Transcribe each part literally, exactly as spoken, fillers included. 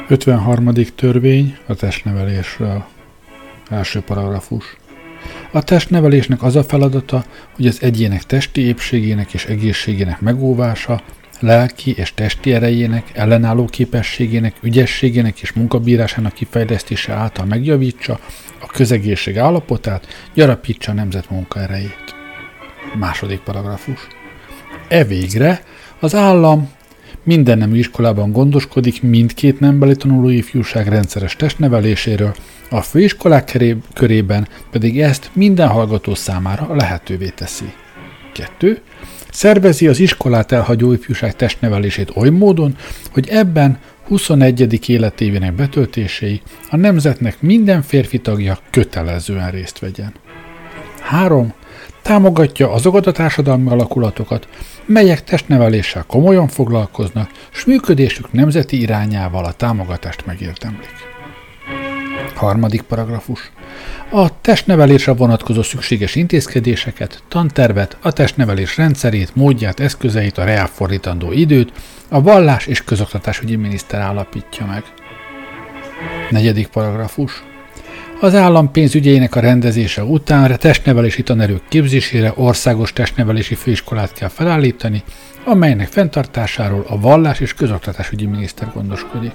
ötvenharmadik törvény a testnevelésről. Első paragrafus. A testnevelésnek az a feladata, hogy az egyének testi épségének és egészségének megóvása, lelki és testi erejének, ellenálló képességének, ügyességének és munkabírásának kifejlesztése által megjavítsa a közegészség állapotát, gyarapítsa a nemzet munkaerejét. Második paragrafus. E végre az állam minden nemű iskolában gondoskodik mindkét nembeli tanuló ifjúság rendszeres testneveléséről, a főiskolák körében pedig ezt minden hallgató számára lehetővé teszi. kettő. Szervezi az iskolát elhagyó ifjúság testnevelését oly módon, hogy ebben huszonegyedik életévének betöltéséig a nemzetnek minden férfi tagja kötelezően részt vegyen. három. Támogatja azokat a társadalmi alakulatokat, melyek testneveléssel komolyan foglalkoznak, s működésük nemzeti irányával a támogatást megérdemlik. Harmadik paragrafus. A testnevelésre vonatkozó szükséges intézkedéseket, tantervet, a testnevelés rendszerét, módját, eszközeit, a ráfordítandó időt a vallás- és közoktatásügyi miniszter állapítja meg. Negyedik paragrafus. Az állam pénzügyeinek a rendezése után a testnevelési tanerők képzésére országos testnevelési főiskolát kell felállítani, amelynek fenntartásáról a vallás- és közoktatásügyi miniszter gondoskodik.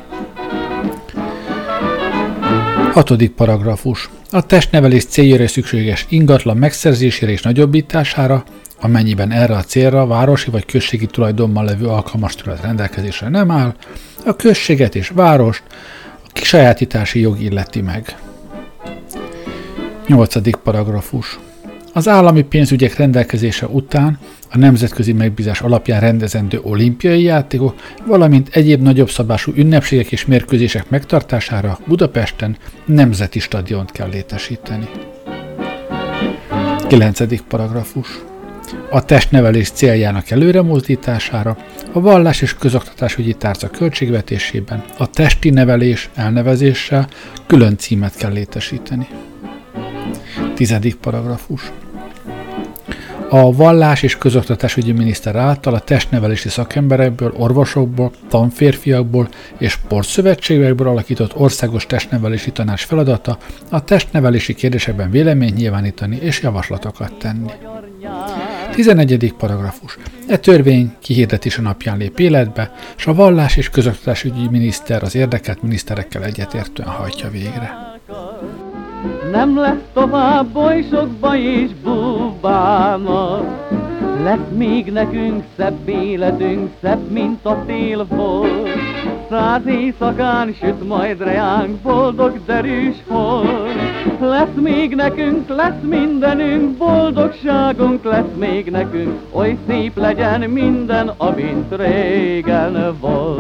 Hatodik paragrafus. A testnevelés céljára szükséges ingatlan megszerzésére és nagyobbítására, amennyiben erre a célra városi vagy községi tulajdonban levő alkalmas terület rendelkezésre nem áll, a községet és várost a kisajátítási jog illeti meg. Nyolcadik paragrafus. Az állami pénzügyek rendelkezése után a nemzetközi megbízás alapján rendezendő olimpiai játékok, valamint egyéb nagyobb szabású ünnepségek és mérkőzések megtartására Budapesten nemzeti stadiont kell létesíteni. Kilencedik paragrafus. A testnevelés céljának előremozdítására a vallás- és közoktatásügyi tárca költségvetésében a testi nevelés elnevezéssel külön címet kell létesíteni. Tizedik paragrafus. A vallás- és közoktatásügyi miniszter által a testnevelési szakemberekből, orvosokból, tanférfiakból és sportszövetségekből alakított országos testnevelési tanács feladata a testnevelési kérdésekben véleményt nyilvánítani és javaslatokat tenni. tizenegyedik paragrafus. E törvény kihirdetése napján lép életbe, és a vallás- és közoktatásügyi miniszter az érdekelt miniszterekkel egyetértően hajtja végre. Nem lesz tovább bolysokba és búbának, lesz még nekünk szebb életünk, szebb, mint a tél volt. Száz éjszakán süt majd reánk, boldog derűs hold. Lesz még nekünk, lesz mindenünk, boldogságunk lesz még nekünk, oly szép legyen minden, amint régen volt.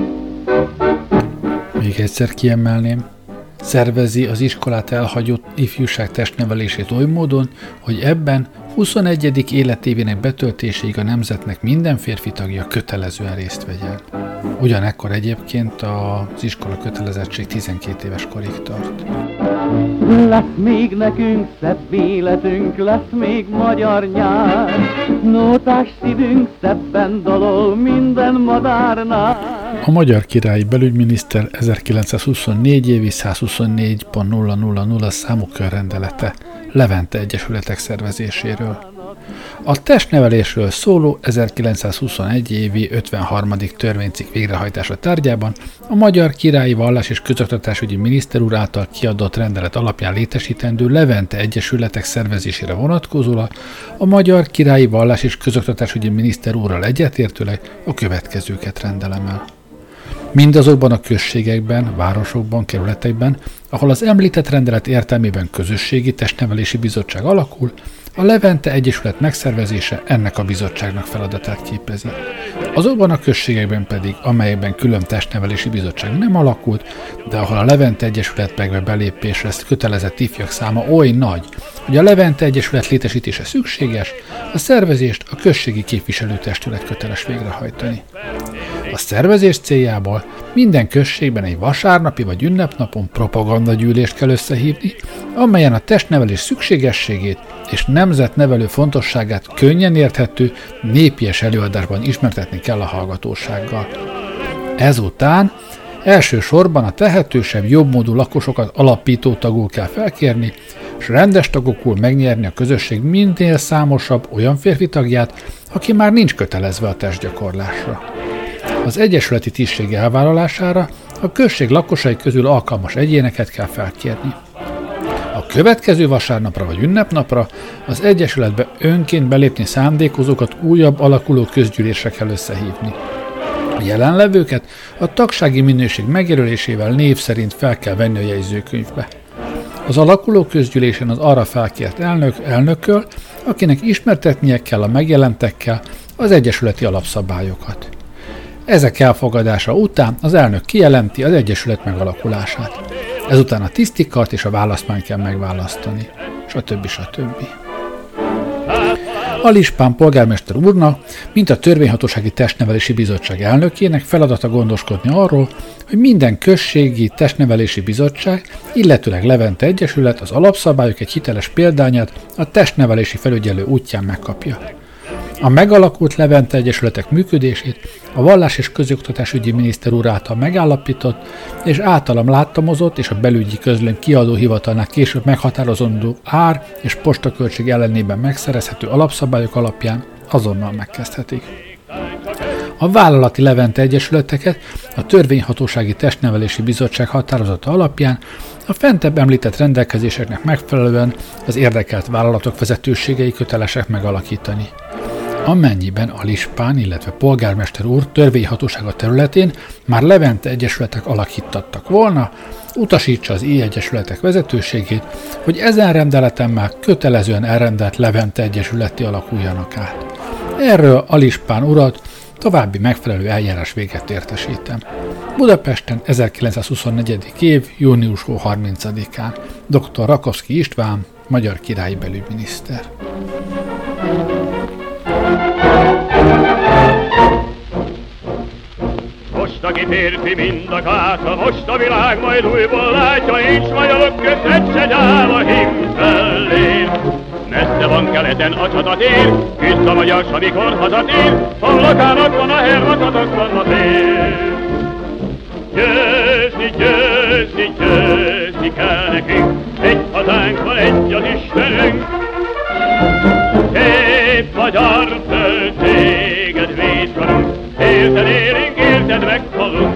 Még egyszer kiemelném. Szervezi az iskolát elhagyó ifjúság testnevelését oly módon, hogy ebben huszonegyedik életévének betöltéséig a nemzetnek minden férfi tagja kötelezően részt vegyen. Ugyanekkor egyébként az iskola kötelezettség tizenkét éves korig tart. Lesz még nekünk szebb életünk, lesz még magyar nyár, nótás szívünk szebben dalol minden madárnál. A magyar királyi belügyminiszter ezerkilencszázhuszonnégy évi százhuszonnégy pont nulla nulla nulla számú körrendelete Levente Egyesületek szervezéséről. A testnevelésről szóló ezerkilencszázhuszonegy évi ötvenharmadik törvénycikk végrehajtása tárgyában a magyar királyi vallás- és közoktatásügyi miniszter úr által kiadott rendelet alapján létesítendő Levente Egyesületek szervezésére vonatkozólag a magyar királyi vallás- és közoktatásügyi miniszter úrral egyetértőleg a következőket rendelem el. Mindazokban a községekben, városokban, kerületekben, ahol az említett rendelet értelmében közösségi testnevelési bizottság alakul, a Levente Egyesület megszervezése ennek a bizottságnak feladatát képezi. Azokban a községekben pedig, amelyekben külön testnevelési bizottság nem alakult, de ahol a Levente Egyesületekbe belépésre kötelezett ifjak száma oly nagy, hogy a Levente Egyesület létesítése szükséges, a szervezést a községi képviselőtestület köteles végrehajtani. A szervezés céljából minden községben egy vasárnapi vagy ünnepnapon propagandagyűlést kell összehívni, amelyen a testnevelés szükségességét és nemzetnevelő fontosságát könnyen érthető, népies előadásban ismertetni kell a hallgatósággal. Ezután Elsősorban a tehetősebb, jobbmódú lakosokat alapító tagul kell felkérni, és rendes tagokul megnyerni a közösség minél számosabb olyan férfi tagját, aki már nincs kötelezve a testgyakorlásra. Az egyesületi tisztség elvállalására a község lakosai közül alkalmas egyéneket kell felkérni. A következő vasárnapra vagy ünnepnapra az egyesületbe önként belépni szándékozókat újabb alakuló közgyűlésre kell összehívni. A jelenlevőket a tagsági minőség megjelölésével név szerint fel kell venni a jegyzőkönyvbe. Az alakuló közgyűlésen az arra felkért elnök elnököl, akinek ismertetnie kell a megjelentekkel az egyesületi alapszabályokat. Ezek elfogadása után az elnök kijelenti az egyesület megalakulását. Ezután a tisztikart és a választmányt kell megválasztani, stb. stb. Alispán polgármester úrnak, mint a Törvényhatósági Testnevelési Bizottság elnökének feladata gondoskodni arról, hogy minden községi testnevelési bizottság, illetőleg Levente Egyesület az alapszabályok egy hiteles példányát a testnevelési felügyelő útján megkapja. A megalakult Levente Egyesületek működését a Vallás- és Közoktatásügyi miniszter úr által megállapított és általam láttamozott és a belügyi közlöny kiadó hivatalnál később meghatározandó ár és postaköltség ellenében megszerezhető alapszabályok alapján azonnal megkezdhetik. A vállalati Levente Egyesületeket a Törvényhatósági Testnevelési Bizottság határozata alapján a fentebb említett rendelkezéseknek megfelelően az érdekelt vállalatok vezetőségei kötelesek megalakítani. Amennyiben Alispán, illetve polgármester úr törvényhatósága területén már Levente Egyesületek alakítottak volna, utasítsa az így egyesületek vezetőségét, hogy ezen rendeleten már kötelezően elrendelt Levente Egyesületté alakuljanak át. Erről Alispán urat további megfelelő eljárás véget értesítem. Budapesten ezerkilencszázhuszonnégy. év. június harmincadikán dr. Rakovszky István, magyar királyi belügyminiszter. Most, aki férfi mind a káta, most a világ majd újból látja, és magyarok között se gyál a hím felén. Messze van keleten a csatatér, küzd a magyar, s amikor hazatér, homlokának van a hermatatok van a fél. Győzni, győzni, győzni kell nekünk, egy hazánk van, egy az Istenünk. Szép magyar föld, téged védkarunk, érted élünk, érted meghalunk.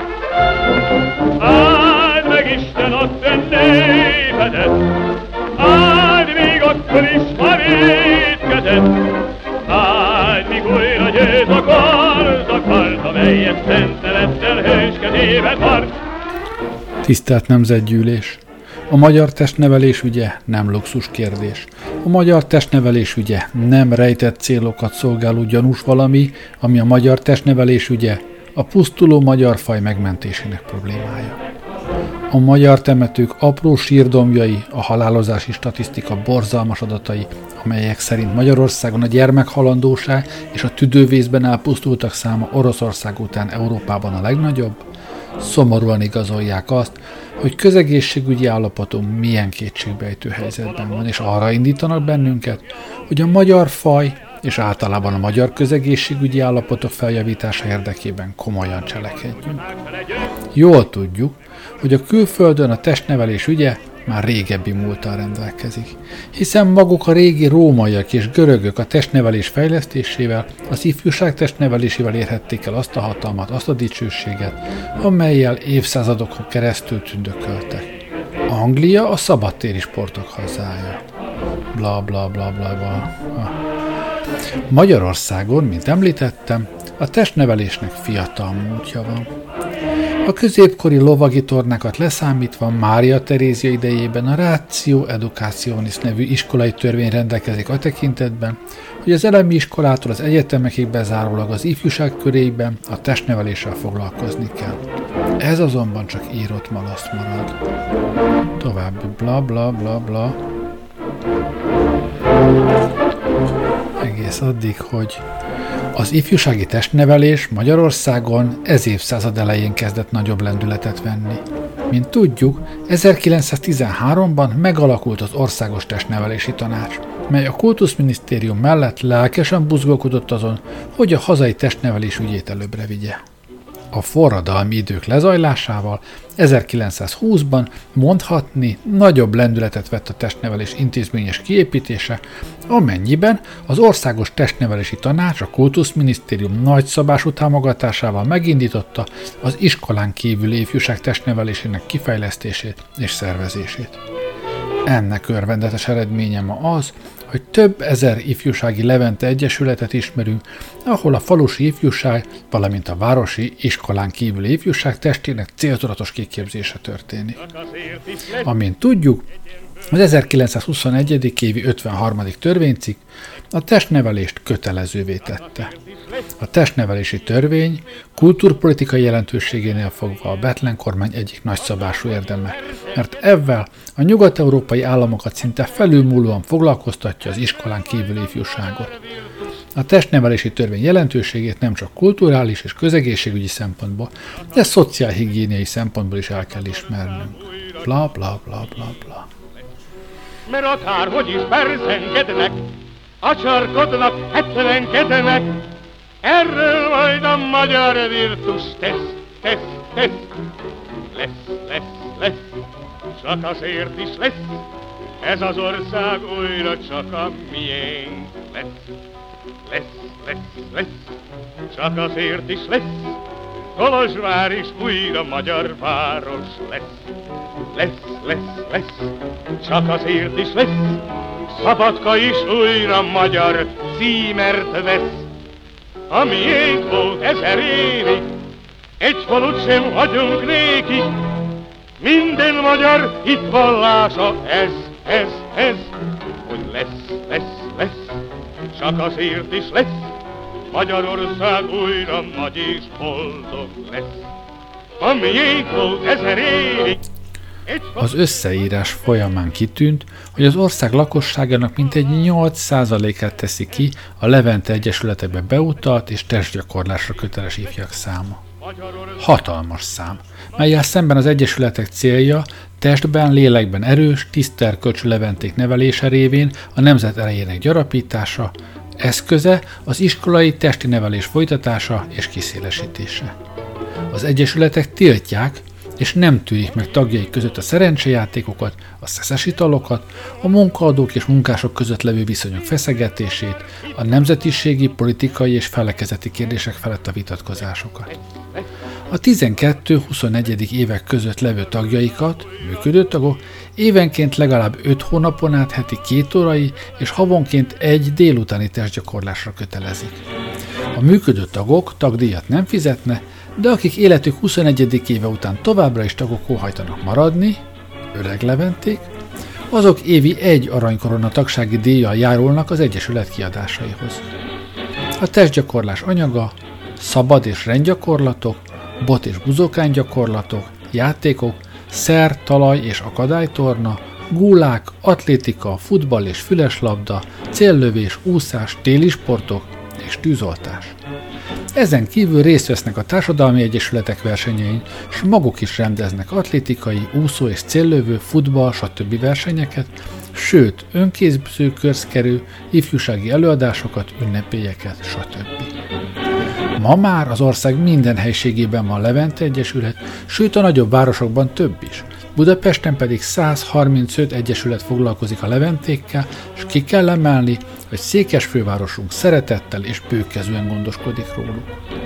Áld meg Isten a te népedet, áld még akkor is, ha vétkezed. Áld, míg újra győz a kard, a kard, amelyet szent nevettel hőskedébe tart. Tisztelt Nemzetgyűlés! A magyar testnevelés ügye nem luxus kérdés. A magyar testnevelés ügye nem rejtett célokat szolgáló gyanús valami, ami a magyar testnevelés ügye a pusztuló magyar faj megmentésének problémája. A magyar temetők apró sírdombjai, a halálozási statisztika borzalmas adatai, amelyek szerint Magyarországon a gyermekhalandóság és a tüdővészben elpusztultak száma Oroszország után Európában a legnagyobb, szomorúan igazolják azt, hogy közegészségügyi állapotunk milyen kétségbejtő helyzetben van, és arra indítanak bennünket, hogy a magyar faj és általában a magyar közegészségügyi állapotok feljavítása érdekében komolyan cselekedjünk. Jól tudjuk, hogy a külföldön a testnevelés ügye már régebbi múlttal rendelkezik, hiszen maguk a régi rómaiak és görögök a testnevelés fejlesztésével, az ifjúság testnevelésével érhették el azt a hatalmat, azt a dicsőséget, amellyel évszázadokon keresztül tündököltek. Anglia a szabadtéri sportok hazája. Bla bla bla bla bla. Magyarországon, mint említettem, a testnevelésnek fiatal múltja van. A középkori lovagi tornákat leszámítva Mária Terézia idejében a Ratio Educationis nevű iskolai törvény rendelkezik a tekintetben, hogy az elemi iskolától az egyetemekig bezárólag az ifjúság körében a testneveléssel foglalkozni kell. Ez azonban csak írott malaszt marad. További bla bla bla bla. Egész addig, hogy az ifjúsági testnevelés Magyarországon ez évszázad elején kezdett nagyobb lendületet venni. Mint tudjuk, ezerkilencszáztizenháromban megalakult az Országos Testnevelési Tanács, mely a Kultuszminisztérium mellett lelkesen buzgolkodott azon, hogy a hazai testnevelés ügyét előbbre vigye. A forradalmi idők lezajlásával ezerkilencszázhúszban mondhatni nagyobb lendületet vett a testnevelés intézményes kiépítése, amennyiben az Országos Testnevelési Tanács a Kultuszminisztérium nagyszabású támogatásával megindította az iskolán kívüli ifjúság testnevelésének kifejlesztését és szervezését. Ennek örvendetes eredménye ma az, hogy több ezer ifjúsági Levente egyesületet ismerünk, ahol a falusi ifjúság, valamint a városi iskolán kívüli ifjúság testének céltudatos kiképzése történik. Amint tudjuk, az ezerkilencszázhuszonegy. évi ötvenharmadik törvénycikk a testnevelést kötelezővé tette. A testnevelési törvény kultúrpolitikai jelentőségénél fogva a Bethlen kormány egyik nagyszabású érdeme, mert ezzel a nyugat-európai államokat szinte felülmúlóan foglalkoztatja az iskolán kívüli ifjúságot. A testnevelési törvény jelentőségét nem csak kulturális és közegészségügyi szempontból, de szociálhigiéniai szempontból is el kell ismernünk. Bla bla bla bla bla. Mert akárhogy is berzenkednek, acsarkodnak, hetvenkednek, erről majd a magyar virtus tesz, tesz, tesz. Lesz, lesz, lesz, csak azért is lesz, ez az ország újra csak a miénk lesz. Lesz, lesz, lesz, csak azért is lesz, Kolozsvár is újra magyar város lesz. Lesz, lesz, lesz, csak azért is lesz, Szabadka is újra magyar címert vesz. A miénk volt ezer évig, egy falut sem hagyunk néki, minden magyar hitvallása ez, ez, ez, hogy lesz, lesz, lesz, csak azért is lesz, Magyarország újra nagy és boldog lesz. A miénk volt ezer évig. Az összeírás folyamán kitűnt, hogy az ország lakosságának mintegy nyolc százalékát teszi ki a Levente egyesületekbe beutalt és testgyakorlásra köteles ifjak száma. Hatalmas szám, mellyel szemben az egyesületek célja testben, lélekben erős, tiszta erkölcsű leventék nevelése révén a nemzet erejének gyarapítása, eszköze az iskolai testi nevelés folytatása és kiszélesítése. Az egyesületek tiltják és nem tűrik meg tagjaik között a szerencsejátékokat, a szeszes italokat, a munkaadók és munkások között levő viszonyok feszegetését, a nemzetiségi, politikai és felekezeti kérdések felett a vitatkozásokat. A tizenkettő-huszonegyedik évek között levő tagjaikat, működő tagok, évenként legalább öt hónapon át heti két órai és havonként egy délutáni testgyakorlásra kötelezik. A működő tagok tagdíjat nem fizetne, de akik életük huszonegyedik éve után továbbra is tagok óhajtanak maradni, öreg leventék, azok évi egy aranykorona tagsági díjjal járulnak az egyesület kiadásaihoz. A testgyakorlás anyaga szabad és rendgyakorlatok, bot- és buzokánygyakorlatok, játékok, szer, talaj és akadálytorna, gúlák, atlétika, futball és füleslabda, céllövés, úszás, téli sportok és tűzoltás. Ezen kívül részt vesznek a társadalmi egyesületek versenyein, s maguk is rendeznek atlétikai, úszó és céllövő, futball, stb. Versenyeket, sőt, önkézbző, körszkerű, ifjúsági előadásokat, ünnepélyeket, stb. Ma már az ország minden helységében van Levente Egyesület, sőt a nagyobb városokban több is. Budapesten pedig száz harmincöt egyesület foglalkozik a leventékkel, és ki kell emelni, hogy székesfővárosunk szeretettel és bőkezűen gondoskodik róluk.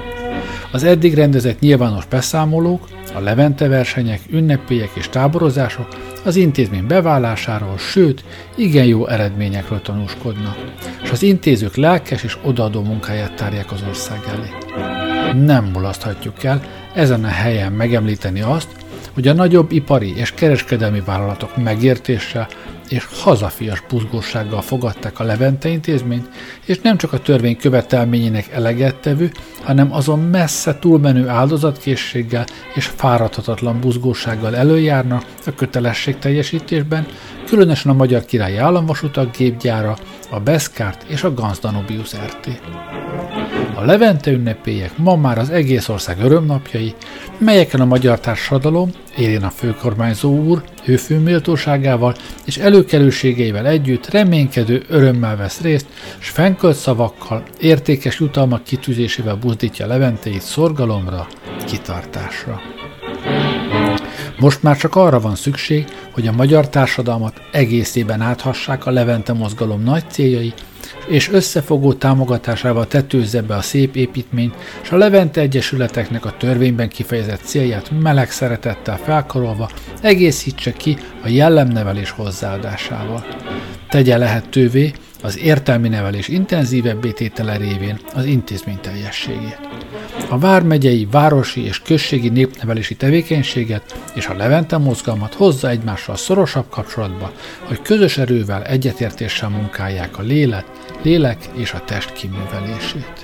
Az eddig rendezett nyilvános beszámolók, a Levente versenyek, ünnepélyek és táborozások az intézmény beválásáról, sőt, igen jó eredményekről tanúskodnak, és az intézők lelkes és odaadó munkáját tárják az ország elé. Nem mulaszthatjuk el ezen a helyen megemlíteni azt, hogy a nagyobb ipari és kereskedelmi vállalatok megértéssel és hazafias buzgósággal fogadták a Levente intézményt, és nem csak a törvény követelményének eleget tevő, hanem azon messze túlmenő áldozatkészséggel és fáradhatatlan buzgósággal előjárnak a kötelességteljesítésben, különösen a Magyar Királyi Államvasutak gépgyára, a Beszkárt és a Ganz Danubius er té. A Levente ünnepélyek ma már az egész ország örömnapjai, melyeken a magyar társadalom, élén a főkormányzó úr, hőfő méltóságával és előkelőségeivel együtt reménykedő örömmel vesz részt, s fennkölt szavakkal, értékes jutalmak kitűzésével buzdítja Leventéit szorgalomra, kitartásra. Most már csak arra van szükség, hogy a magyar társadalmat egészében áthassák a Levente mozgalom nagy céljai, és összefogó támogatásával tetőzze be a szép építményt, és a Levente Egyesületeknek a törvényben kifejezett célját meleg szeretettel felkarolva egészítse ki a jellemnevelés hozzáadásával. Tegye lehetővé az értelmi nevelés intenzívebbé tétele révén az intézmény teljességét. A vármegyei, városi és községi népnevelési tevékenységet és a Levente mozgalmat hozza egymással szorosabb kapcsolatba, hogy közös erővel, egyetértéssel munkálják a lélek, lélek és a test kiművelését.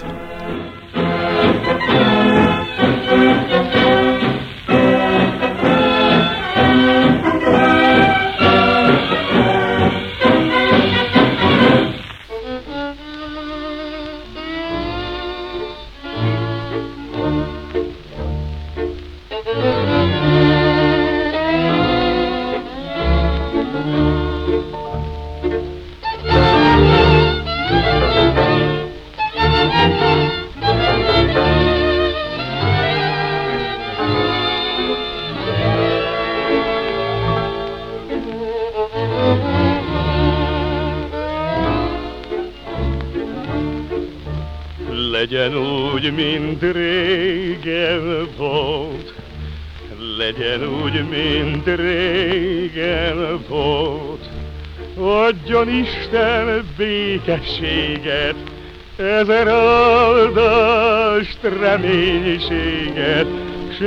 Legyen úgy, mint régen volt, legyen úgy, mint régen volt. Adjon Isten békességet, ezer áldást, reménységet, s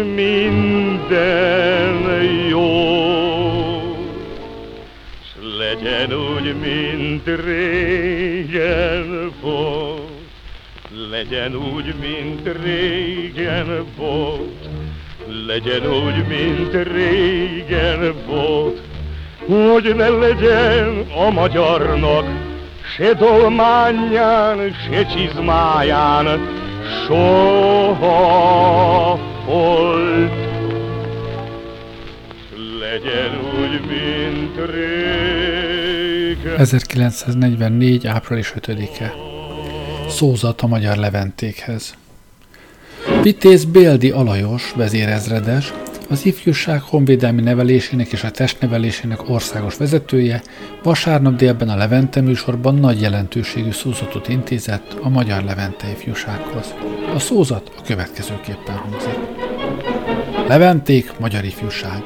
minden jó. S legyen úgy, mint régen volt, legyen úgy, mint régen volt, legyen úgy, mint régen volt, hogy ne legyen a magyarnak se dolmányán, se csizmáján soha folt. Legyen úgy, mint régen. ezerkilencszáznegyvennégy. április ötödike. Szózat a magyar leventékhez. Vitéz Béldi Alajos vezérezredes, az ifjúság honvédelmi nevelésének és a testnevelésének országos vezetője vasárnap délben a Levente műsorban nagy jelentőségű szózatot intézett a magyar levente ifjúsághoz. A szózat a következőképpen hangzik. Leventék, magyar ifjúság.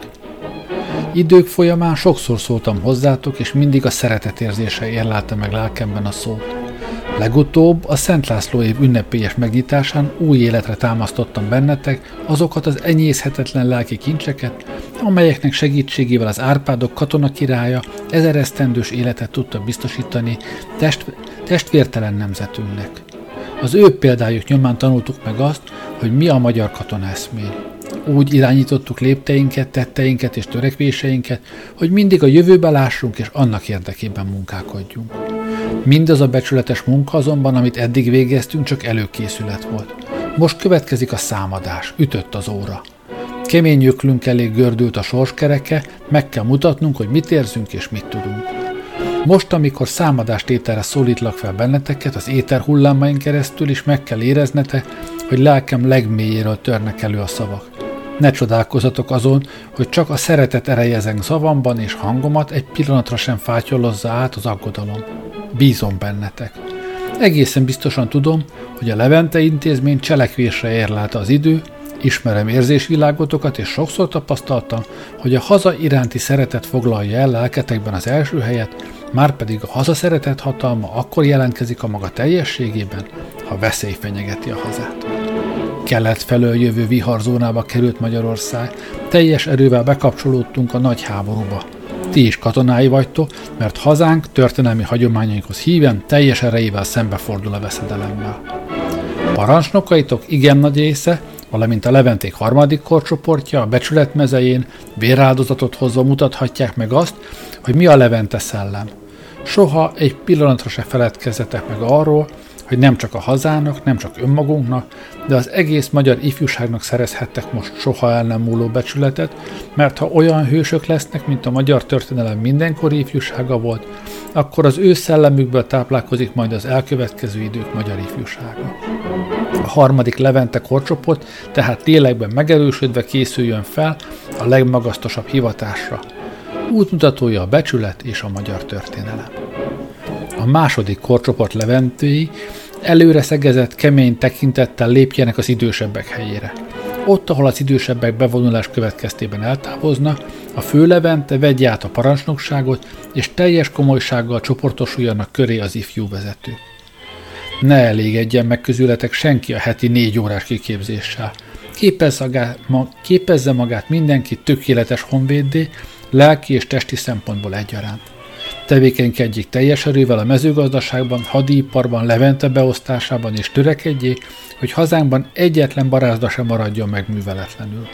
Idők folyamán sokszor szóltam hozzátok, és mindig a szeretetérzése érlelte meg lelkemben a szót. Legutóbb a Szent László év ünnepélyes megnyitásán új életre támasztottam bennetek azokat az enyészhetetlen lelki kincseket, amelyeknek segítségével az Árpádok katonakirálya ezeresztendős életet tudta biztosítani test, testvértelen nemzetünknek. Az ő példájuk nyomán tanultuk meg azt, hogy mi a magyar katona eszmény. Úgy irányítottuk lépteinket, tetteinket és törekvéseinket, hogy mindig a jövőbe lássunk és annak érdekében munkálkodjunk. Mindaz a becsületes munka azonban, amit eddig végeztünk, csak előkészület volt. Most következik a számadás, ütött az óra. Kemény öklünk elé gördült a sorskereke, meg kell mutatnunk, hogy mit érzünk és mit tudunk. Most, amikor számadást ételre szólítlak fel benneteket, az éter hullámain keresztül is meg kell éreznetek, hogy lelkem legmélyéről törnek elő a szavak. Ne csodálkozzatok azon, hogy csak a szeretet ereje zeng szavamban és hangomat egy pillanatra sem fátyolozza át az aggodalom. Bízom bennetek. Egészen biztosan tudom, hogy a Levente intézmény cselekvésre érlelte az idő, ismerem érzésvilágotokat, és sokszor tapasztaltam, hogy a haza iránti szeretet foglalja el lelketekben az első helyet, márpedig a hazaszeretet hatalma akkor jelentkezik a maga teljességében, ha veszély fenyegeti a hazát. Kelet felől jövő viharzónába került Magyarország, teljes erővel bekapcsolódtunk a nagy háborúba. Ti is katonái vagytok, mert hazánk történelmi hagyományainkhoz híven teljes erejével szembefordul a veszedelemmel. Parancsnokaitok igen nagy része, valamint a leventék harmadik korcsoportja a becsület mezején véráldozatot hozva mutathatják meg azt, hogy mi a Levente szellem. Soha egy pillanatra se feledkezzetek meg arról, hogy nem csak a hazának, nem csak önmagunknak, de az egész magyar ifjúságnak szerezhettek most soha el nem múló becsületet, mert ha olyan hősök lesznek, mint a magyar történelem mindenkori ifjúsága volt, akkor az ő szellemükből táplálkozik majd az elkövetkező idők magyar ifjúsága. A harmadik Levente korcsoport tehát lélekben megerősödve készüljön fel a legmagasztosabb hivatásra. Útmutatója a becsület és a magyar történelem. A második korcsoport leventéi előre szegezett, kemény tekintettel lépjenek az idősebbek helyére. Ott, ahol az idősebbek bevonulás következtében eltávoznak, a főlevente vegye át a parancsnokságot, és teljes komolysággal csoportosuljanak köré az ifjú vezetők. Ne elégedjen meg közületek senki a heti négy órás kiképzéssel. Képezze magát, ma, képezze magát mindenki tökéletes honvéddé, lelki és testi szempontból egyaránt. Tevékenykedjék teljes erővel a mezőgazdaságban, hadiiparban, Levente beosztásában, és törekedjék, hogy hazánkban egyetlen barázda sem maradjon meg műveletlenül.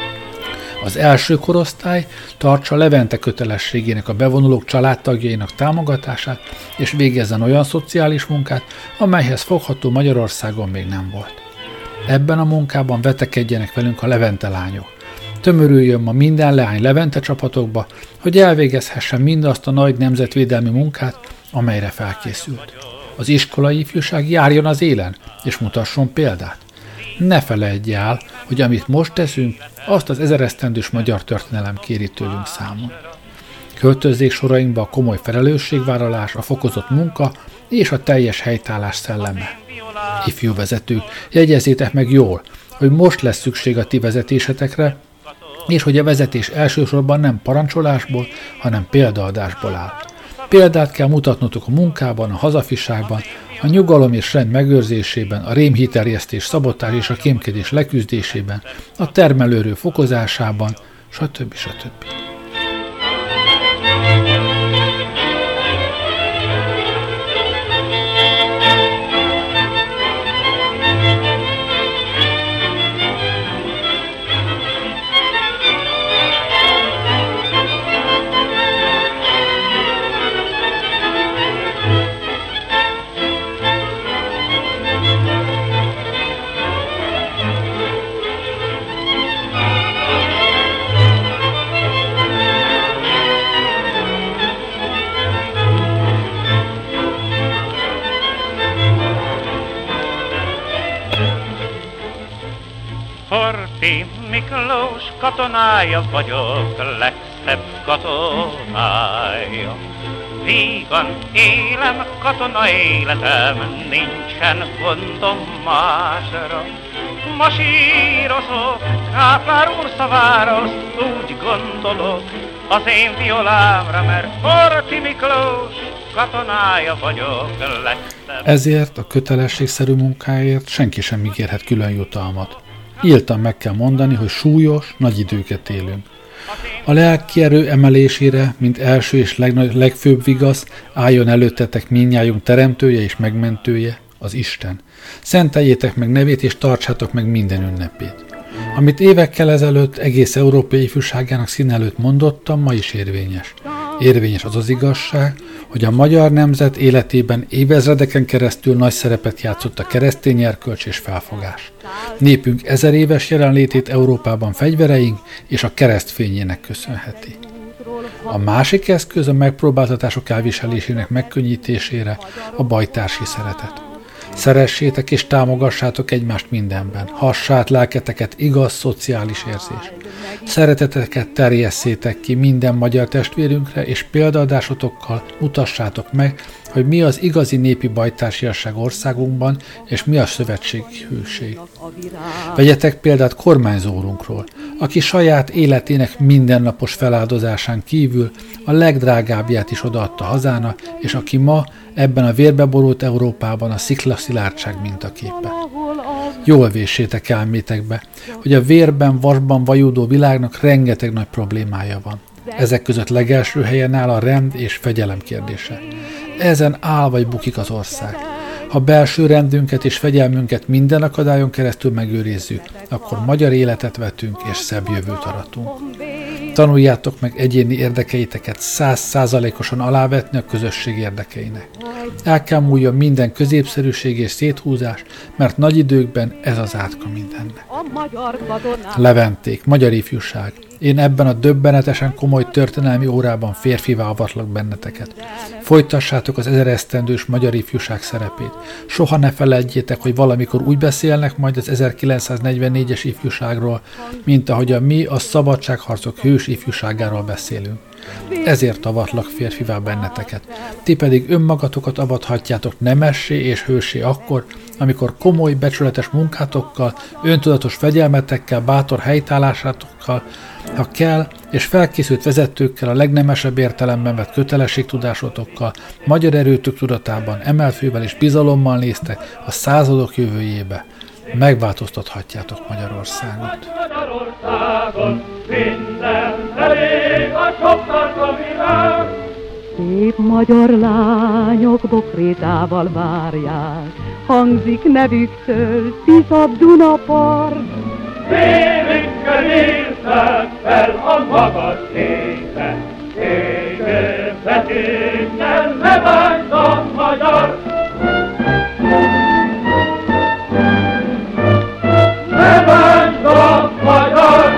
Az első korosztály tartsa Levente kötelességének a bevonulók családtagjainak támogatását, és végezzen olyan szociális munkát, amelyhez fogható Magyarországon még nem volt. Ebben a munkában vetekedjenek velünk a Levente lányok. Tömörüljön ma minden leány Levente csapatokba, hogy elvégezhessen mindazt a nagy nemzetvédelmi munkát, amelyre felkészült. Az iskolai ifjúság járjon az élen, és mutasson példát. Ne feledj el, hogy amit most teszünk, azt az ezeresztendős magyar történelem kéri tőlünk számon. Költözzék sorainkba a komoly felelősségvállalás, a fokozott munka és a teljes helytállás szelleme. Ifjú vezetők, jegyezzétek meg jól, hogy most lesz szükség a ti vezetésetekre, és hogy a vezetés elsősorban nem parancsolásból, hanem példaadásból áll. Példát kell mutatnotok a munkában, a hazafiságban, a nyugalom és rend megőrzésében, a rémhiterjesztés, szabotás és a kémkedés leküzdésében, a termelőerő fokozásában, stb. stb. Horthy Miklós katonája vagyok, legszebb katonája. Vígan élem katona életem, nincsen gondom másra. Masírozok Káplár úr szavára, úgy gondolok az én violámra, mert Horthy Miklós katonája vagyok, legszebb. Ezért a kötelességszerű munkáért senki sem ígérhet külön jutalmat. Nyíltan meg kell mondani, hogy súlyos, nagy időket élünk. A lelki erő emelésére, mint első és legnagy, legfőbb vigasz, álljon előttetek mindnyájunk teremtője és megmentője, az Isten. Szenteljétek meg nevét és tartsátok meg minden ünnepét. Amit évekkel ezelőtt egész európai ifjúságának színe előtt mondottam, ma is érvényes. Érvényes az az igazság, hogy a magyar nemzet életében évezredeken keresztül nagy szerepet játszott a keresztény erkölcs és felfogás. Népünk ezer éves jelenlétét Európában fegyvereink és a keresztfényének köszönheti. A másik eszköz a megpróbáltatások elviselésének megkönnyítésére a bajtársi szeretet. Szeressétek és támogassátok egymást mindenben, hassát lelketeket igaz szociális érzés. Szereteteket terjesszétek ki minden magyar testvérünkre, és példaadásotokkal mutassátok meg, hogy mi az igazi népi bajtársiasság országunkban, és mi a szövetségi hőség. Vegyetek példát kormányzórunkról, aki saját életének mindennapos feláldozásán kívül a legdrágábbját is odaadta hazának, és aki ma ebben a vérbe borult Európában a sziklaszilárdság mintaképe. Jól véssétek elmétekbe, hogy a vérben, vasban vajúdó világnak rengeteg nagy problémája van. Ezek között legelső helyen áll a rend és fegyelem kérdése. Ezen áll vagy bukik az ország. Ha belső rendünket és fegyelmünket minden akadályon keresztül megőrizzük, akkor magyar életet vetünk és szebb jövőt aratunk. Tanuljátok meg egyéni érdekeiteket száz százalékosan alávetni a közösség érdekeinek. El kell múljon minden középszerűség és széthúzás, mert nagy időkben ez az átka mindennek. Leventék, magyar ifjúság. Én ebben a döbbenetesen komoly történelmi órában férfivá avatlak benneteket. Folytassátok az ezeresztendős magyar ifjúság szerepét. Soha ne feledjétek, hogy valamikor úgy beszélnek majd az ezerkilencszáznegyvennégyes ifjúságról, mint ahogyan mi a szabadságharcok hős ifjúságáról beszélünk. Ezért avatlak férfivá benneteket. Ti pedig önmagatokat avathatjátok nemessé és hősé akkor, amikor komoly, becsületes munkátokkal, öntudatos fegyelmetekkel, bátor helytállásátokkal, ha kell, és felkészült vezetőkkel, a legnemesebb értelemben vett kötelességtudásotokkal, magyar erőtök tudatában, emelfővel és bizalommal néztek a századok jövőjébe. Megváltoztathatjátok Magyarországot. Magyarországon minden elég a soktarka virág. Szép magyar lányok bokrétával várják, hangzik nevüktől Tisza Dunapart. Szívükkel írták fel a magas égre, égő betűkkel ne bányd a magyar. Ne bányd a magyar!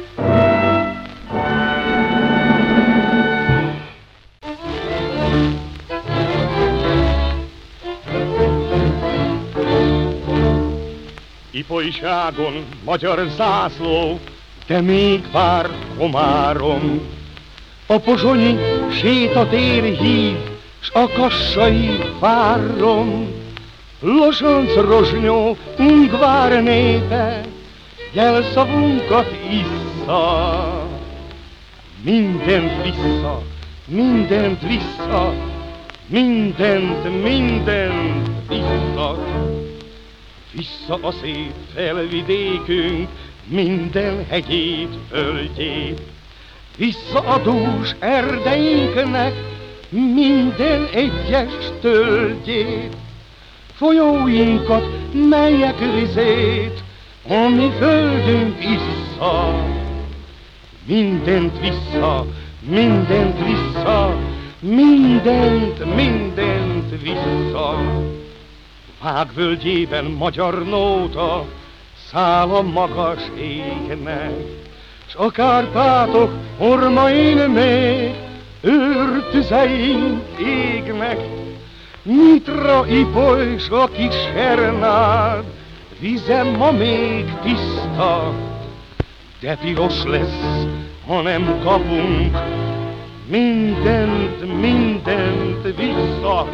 Ipolyságon magyar zászló, de még vár Komárom. A pozsonyi sétatér hív, s a kassai várom. Losonc Rozsnyó, Ungvár népe, jelszavunkat issza. Mindent vissza, mindent vissza, mindent, mindent vissza. Vissza a szép felvidékünk, minden hegyét, földjét. Vissza a dús erdeinknek, minden egyes tölgyét. Folyóinkat, melyek vizét, a mi földünk issza. Mindent vissza, mindent vissza, mindent, mindent vissza. Vágvölgyében magyar nóta száll a magas égnek, s a Kárpátok ormain még őrtüzeink égnek. Nyitra, Ipoly, s a kis Hernád, vize ma még tiszta, de piros lesz, ha nem kapunk mindent, mindent vissza.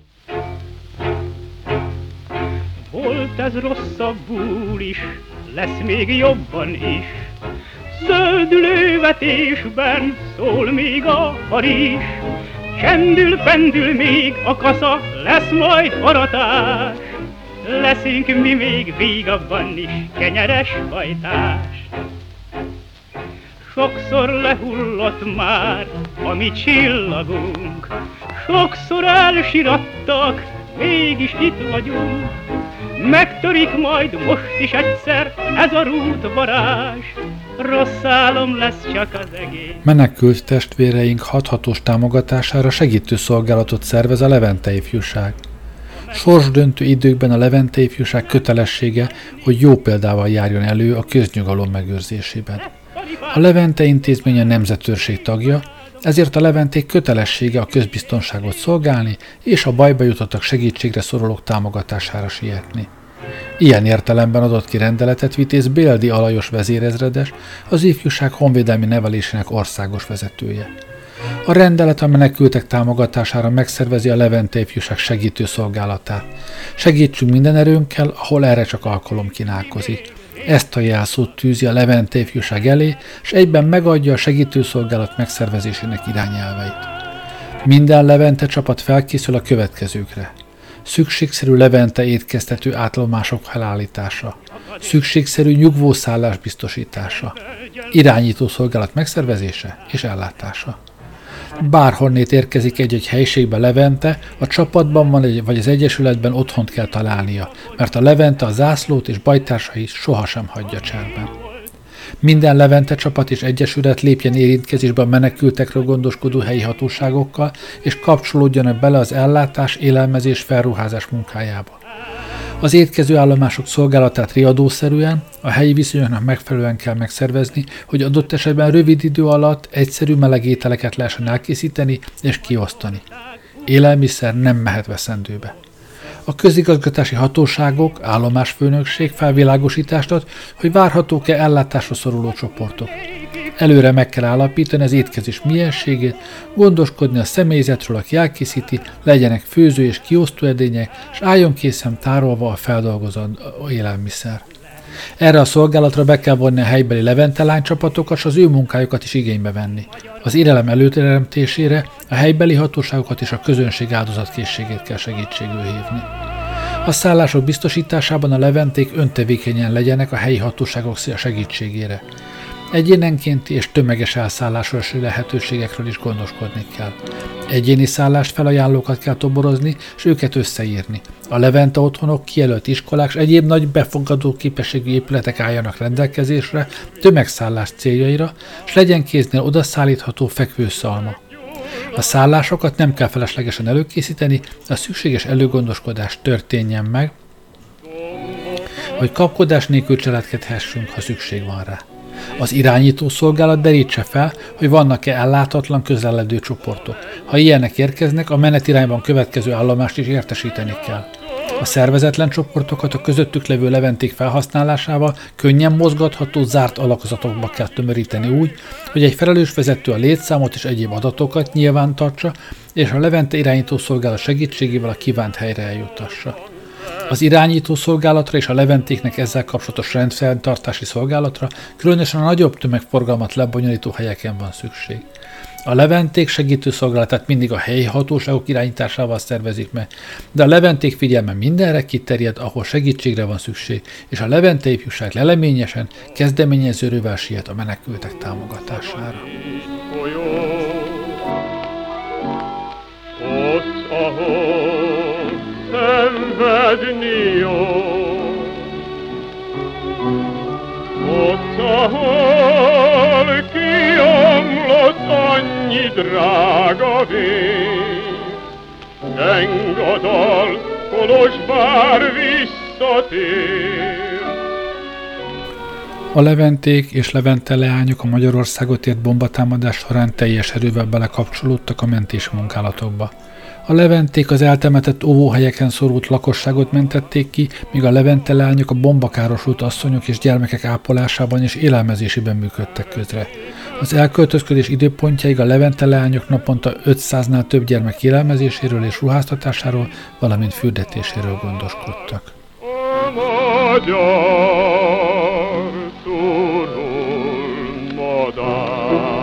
Volt ez rosszabbul is, lesz még jobban is. Zöldülővetésben szól még a haris. Csendül, pendül még a kasza, lesz majd aratás. Leszünk mi még vígabban is, kenyeres hajtás. Sokszor lehullott már a mi csillagunk, sokszor elsirattak, mégis itt vagyunk. Megtörik majd most is egyszer ez a rútvarázs, rossz álom lesz csak az egész. Menekült testvéreink hathatós támogatására segítő szolgálatot szervez a Levente ifjúság. Sorsdöntő időkben a Levente ifjúság kötelessége, hogy jó példával járjon elő a köznyugalom megőrzésében. A Levente intézmény a nemzetőrség tagja, ezért a leventék kötelessége a közbiztonságot szolgálni és a bajba jutottak segítségre szorulók támogatására sietni. Ilyen értelemben adott ki rendeletet Vitéz Béldi Alajos vezérezredes, az ifjúság honvédelmi nevelésének országos vezetője. A rendelet a menekültek támogatására megszervezi a Levente ifjúság segítő szolgálatát. Segítsünk minden erőnkkel, ahol erre csak alkalom kínálkozik. Ezt a jelszót tűzi a Levente ifjúság elé, és egyben megadja a segítőszolgálat megszervezésének irányelveit. Minden Levente csapat felkészül a következőkre. Szükségszerű Levente étkeztető átlomások felállítása, szükségszerű nyugvószállás biztosítása, irányítószolgálat megszervezése és ellátása. Bárhonnét érkezik egy-egy helyiségbe Levente, a csapatban van egy, vagy az egyesületben otthont kell találnia, mert a Levente a zászlót és bajtársait sohasem hagyja cserben. Minden Levente csapat és egyesület lépjen érintkezésbe a menekültekről gondoskodó helyi hatóságokkal, és kapcsolódjanak bele az ellátás, élelmezés, felruházás munkájába. Az étkező állomások szolgálatát riadószerűen, a helyi viszonyoknak megfelelően kell megszervezni, hogy adott esetben rövid idő alatt egyszerű meleg ételeket lehessen elkészíteni és kiosztani. Élelmiszer nem mehet veszendőbe. A közigazgatási hatóságok, állomásfőnökség felvilágosítást ad, hogy várhatók-e ellátásra szoruló csoportok. Előre meg kell állapítani az étkezés mienségét, gondoskodni a személyzetről, aki elkészíti, legyenek főző és kiosztó edények, és álljon készen tárolva a feldolgozott élelmiszer. Erre a szolgálatra be kell vonni a helybeli Levente lánycsapatokat, és az ő munkájukat is igénybe venni. Az élelem előteremtésére a helybeli hatóságokat és a közönség áldozatkészségét kell segítségül hívni. A szállások biztosításában a leventék öntevékenyen legyenek a helyi hatóságok segítségére. Egyénenkénti és tömeges elszállásolási lehetőségekről is gondoskodni kell. Egyéni szállást felajánlókat kell toborozni, és őket összeírni. A Levente otthonok, kijelölt iskolák és egyéb nagy befogadó képességű épületek álljanak rendelkezésre tömegszállás céljaira, és legyen kéznél odaszállítható fekvőszalma. A szállásokat nem kell feleslegesen előkészíteni, a szükséges előgondoskodás történjen meg, hogy kapkodás nélkül cselekedhessünk, ha szükség van rá. Az irányító szolgálat derítse fel, hogy vannak-e ellátatlan közeledő csoportok. Ha ilyenek érkeznek, a menetirányban következő állomást is értesíteni kell. A szervezetlen csoportokat a közöttük levő leventék felhasználásával könnyen mozgatható, zárt alakzatokba kell tömöríteni úgy, hogy egy felelős vezető a létszámot és egyéb adatokat nyilván tartsa, és a Levente irányító szolgálat segítségével a kívánt helyre eljutassa. Az irányító szolgálatra és a leventéknek ezzel kapcsolatos rendfenntartási szolgálatra különösen a nagyobb tömegforgalmat lebonyolító helyeken van szükség. A leventék segítő szolgálatát mindig a helyi hatóságok irányításával szervezik meg, de a leventék figyelme mindenre kiterjed, ahol segítségre van szükség, és a levente ifjúság leleményesen, kezdeményezőrővel siet a menekültek támogatására. Ott, ahol szenvedni jó, ott, ahol kiomlott annyi drága vér, engadal Kolozsvár visszatér. A leventék és Levente leányok a Magyarországot ért bombatámadás során teljes erővel belekapcsolódtak a mentési munkálatokba. A leventék az eltemetett óvóhelyeken szorult lakosságot mentették ki, míg a Levente leányok a bombakárosult asszonyok és gyermekek ápolásában és élelmezésében működtek közre. Az elköltözködés időpontjáig a Levente leányok naponta ötszáznál több gyermek élelmezéséről és ruháztatásáról, valamint fürdetéséről gondoskodtak. A magyar turul madár.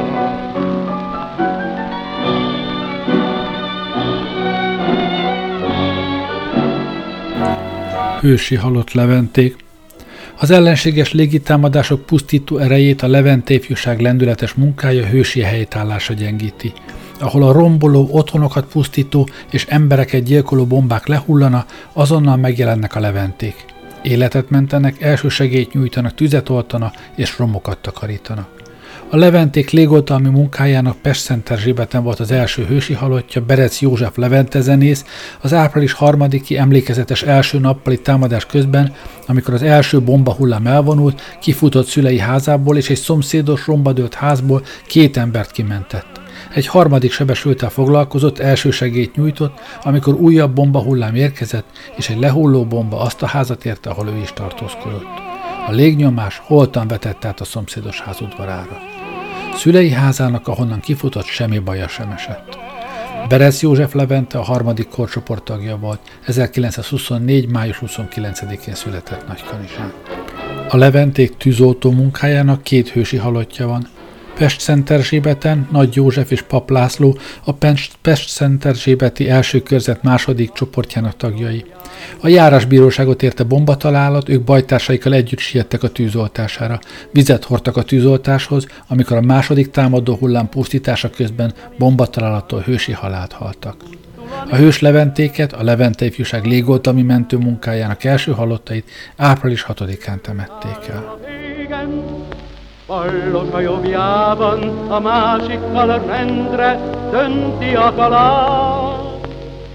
Hősi halott leventék. Az ellenséges légitámadások pusztító erejét a levente ifjúság lendületes munkája hősi helytállása gyengíti. Ahol a romboló, otthonokat pusztító és embereket gyilkoló bombák lehullana, azonnal megjelennek a leventék. Életet mentenek, elsősegélyt nyújtanak, tüzet oltana és romokat takarítanak. A leventék légoltalmi munkájának Pest-Szenterzsébeten volt az első hősi halottja, Berec József levente zenész, az április harmadiki emlékezetes első nappali támadás közben, amikor az első bombahullám elvonult, kifutott szülei házából és egy szomszédos rombadőlt házból két embert kimentett. Egy harmadik sebesülttel foglalkozott, elsősegélyt nyújtott, amikor újabb bombahullám érkezett, és egy lehulló bomba azt a házat érte, ahol ő is tartózkodott. A légnyomás holtan vetett át a szomszédos ház udvarára. Szülei házának, ahonnan kifutott, semmi baja sem esett. Berec József Levente a harmadik korcsoport tagja volt, ezerkilencszázhuszonnégy. május huszonkilencedikén született Nagykanizsán. A leventék tűzoltó munkájának két hősi halottja van. Pest-Szenterzsébeten Nagy József és Pap László a Pest-Szenterzsébeti első körzet második csoportjának tagjai. A járásbíróságot érte bombatalálat, ők bajtársaikkal együtt siettek a tűzoltására. Vizet hordtak a tűzoltáshoz, amikor a második támadó hullám pusztítása közben bombatalálattól hősi halált haltak. A hős leventéket, a Levente ifjúság légoltalmi mentő munkájának első halottait április hatodikán temették el. Ballos a jobbjában, a másikkal rendre dönti a kaland.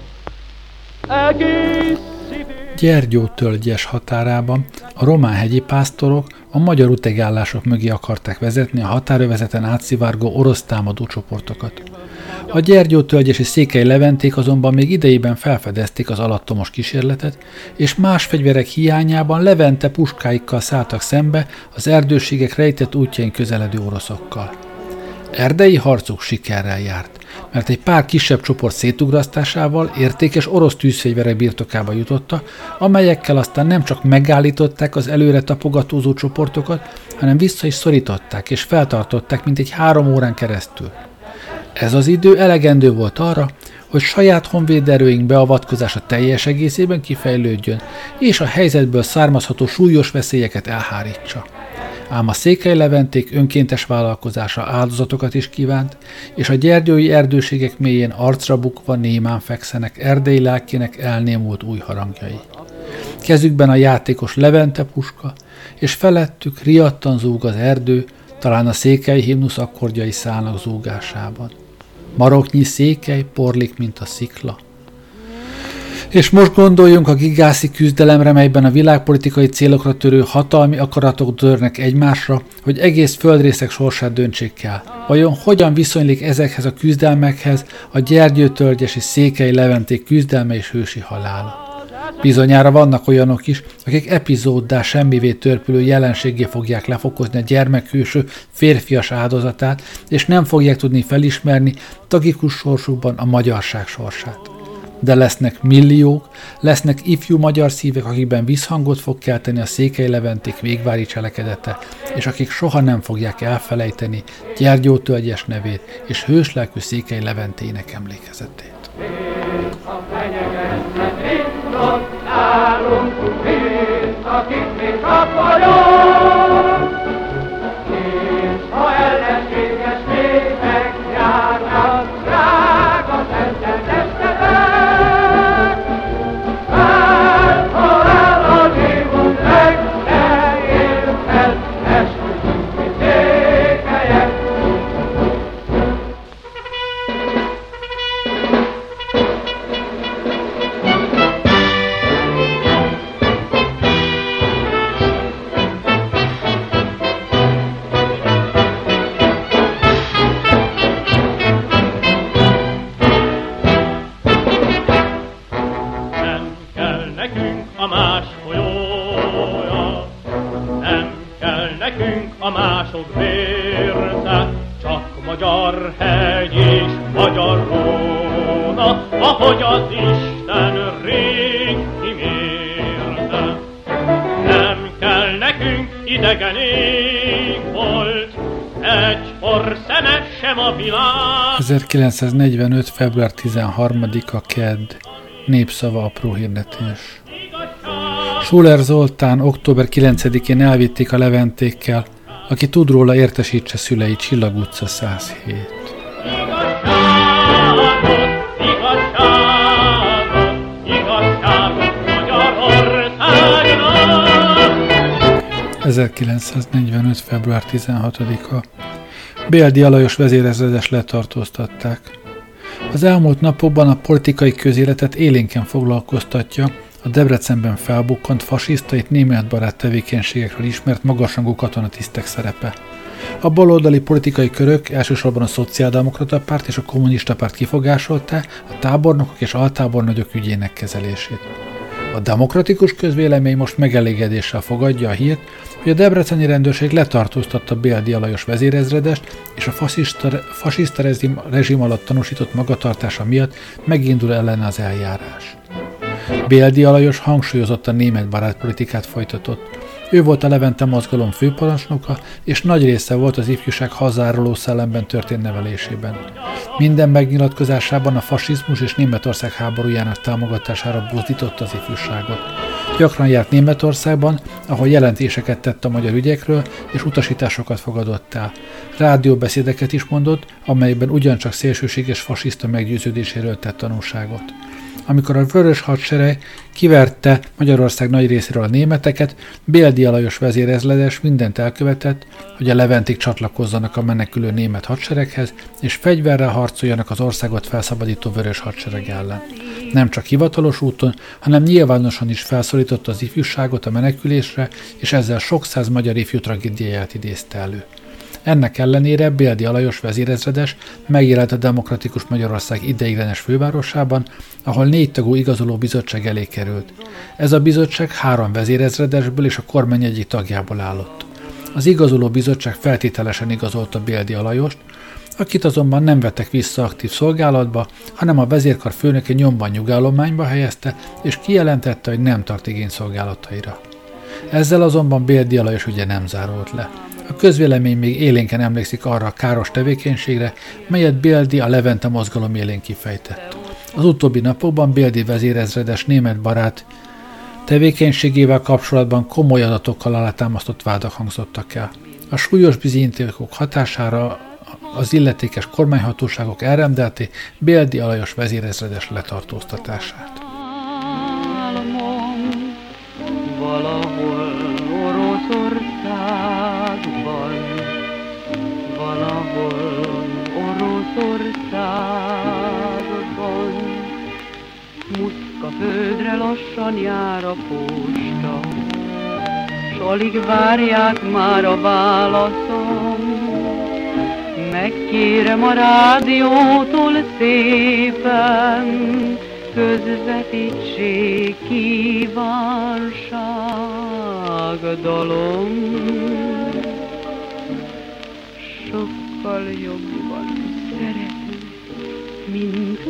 Egész Gyergyó-tölgyes határában a román-hegyi pásztorok a magyar utegállások mögé akarták vezetni a határövezeten átszivárgó orosz támadó csoportokat. A Gyergyó-tölgyesi székely leventék azonban még idejében felfedezték az alattomos kísérletet, és más fegyverek hiányában Levente puskáikkal szálltak szembe az erdőségek rejtett útjain közeledő oroszokkal. Erdei harcuk sikerrel járt, mert egy pár kisebb csoport szétugrasztásával értékes orosz tűzfegyverek birtokába jutotta, amelyekkel aztán nem csak megállították az előre tapogatózó csoportokat, hanem vissza is szorították és feltartották mintegy három órán keresztül. Ez az idő elegendő volt arra, hogy saját honvéderőink beavatkozása teljes egészében kifejlődjön, és a helyzetből származható súlyos veszélyeket elhárítsa. Ám a székely-leventék önkéntes vállalkozása áldozatokat is kívánt, és a gyergyói erdőségek mélyén arcra bukva némán fekszenek erdei lelkének elnémult új harangjai. Kezükben a játékos Levente puska, és felettük riadtan zúg az erdő, talán a székely himnusz akkordjai szállnak zúgásában. Maroknyi székely porlik, mint a szikla. És most gondoljunk a gigászi küzdelemre, melyben a világpolitikai célokra törő hatalmi akaratok törnek egymásra, hogy egész földrészek sorsát döntsék el. Vajon hogyan viszonylik ezekhez a küzdelmekhez a Gyergyó-tölgyesi székely-leventék küzdelme és hősi halála? Bizonyára vannak olyanok is, akik epizóddá semmivé törpülő jelenséggé fogják lefokozni a gyermekhőső férfias áldozatát, és nem fogják tudni felismerni tragikus sorsukban a magyarság sorsát. De lesznek milliók, lesznek ifjú magyar szívek, akikben visszhangot fog kelteni a székely-leventék végvári cselekedete, és akik soha nem fogják elfelejteni Gyergyó-tölgyes nevét és hőslelkű székely-leventének emlékezetét. Ha ellenséges népek járnak, drága szenten testetek, mert ha el a népunk meg ne él fel, esküszünk mi székelyek. A mások vérte, csak magyar hegy és magyar róna, ahogy az Isten rég kimérte. Nem kell nekünk idegen ég volt, egy porszeme sem a világ. ezerkilencszáznegyvenöt. február tizenharmadika. Kedd. Népszava apró hirdetés. Schuller Zoltán október kilencedikén elvitték a leventékkel, aki tud róla, értesítse szülei, Csillag utca száz hét. ezerkilencszáznegyvenöt. február tizenhatodika. Béldi Alajos vezérezredes letartóztatták. Az elmúlt napokban a politikai közéletet élénken foglalkoztatja a Debrecenben felbukkant fasisztait németbarát tevékenységekről ismert magasrangú katonatisztek szerepe. A baloldali politikai körök, elsősorban a Szociáldemokrata Párt és a Kommunista Párt kifogásolták a tábornokok és altábornagyok ügyének kezelését. A demokratikus közvélemény most megelégedéssel fogadja a hírt, hogy a debreceni rendőrség letartóztatta Béldi Alajos vezérezredest, és a fasiszta, fasiszta rezim, rezsim alatt tanúsított magatartása miatt megindul ellene az eljárás. Béldi Alajos hangsúlyozottan németbarát politikát folytatott. Ő volt a Levente mozgalom főparancsnoka, és nagy része volt az ifjúság hazáróló szellemben történt nevelésében. Minden megnyilatkozásában a fasizmus és Németország háborújának támogatására buzdította az ifjúságot. Gyakran járt Németországban, ahol jelentéseket tett a magyar ügyekről, és utasításokat fogadott el. Rádióbeszédeket is mondott, amelyben ugyancsak szélsőséges fasiszta meggyőződéséről tett tanúságot. amikor a Vörös Hadsereg kiverte Magyarország nagy részéről a németeket, Béldi Alajos vezérezredes mindent elkövetett, hogy a Leventig csatlakozzanak a menekülő német hadsereghez, és fegyverrel harcoljanak az országot felszabadító Vörös Hadsereg ellen. Nem csak hivatalos úton, hanem nyilvánosan is felszólította az ifjúságot a menekülésre, és ezzel sok száz magyar ifjú tragédiáját idézte elő. Ennek ellenére Béldi Alajos vezérezredes megjelent a Demokratikus Magyarország ideiglenes fővárosában, ahol négy tagú igazoló bizottság elé került. Ez a bizottság három vezérezredesből és a kormány egyik tagjából állott. Az igazoló bizottság feltételesen igazolta Béldi Alajost, akit azonban nem vettek vissza aktív szolgálatba, hanem a vezérkar főnöke nyomban nyugállományba helyezte, és kijelentette, hogy nem tart igény szolgálataira. Ezzel azonban Béldi Alajos ügye nem zárult le. A közvélemény még élénken emlékszik arra a káros tevékenységre, melyet Béldi a Levente mozgalom élén kifejtett. Az utóbbi napokban Béldi vezérezredes német barát tevékenységével kapcsolatban komoly adatokkal alátámasztott vádak hangzottak el. A súlyos bizonyítékok hatására az illetékes kormányhatóságok elrendelték Béldi Alajos vezérezredes letartóztatását. Valahol Oroszországban, valahol Oroszországban, Muszka földre lassan jár a posta, s alig várják már a válaszom. Megkérem a rádiótól szépen, közvetítsék kívánságdalom. Sokkal jobban szeretem, mint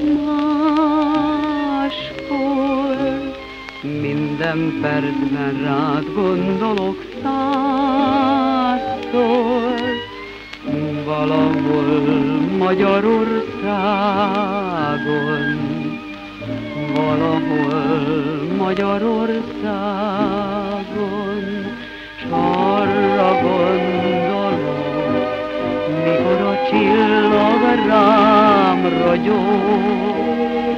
máskor. Minden percben rád gondolok százszor. Valahol Magyarországon, valahol Magyarországon, s arra gondolok, mikor a csillag rám ragyog.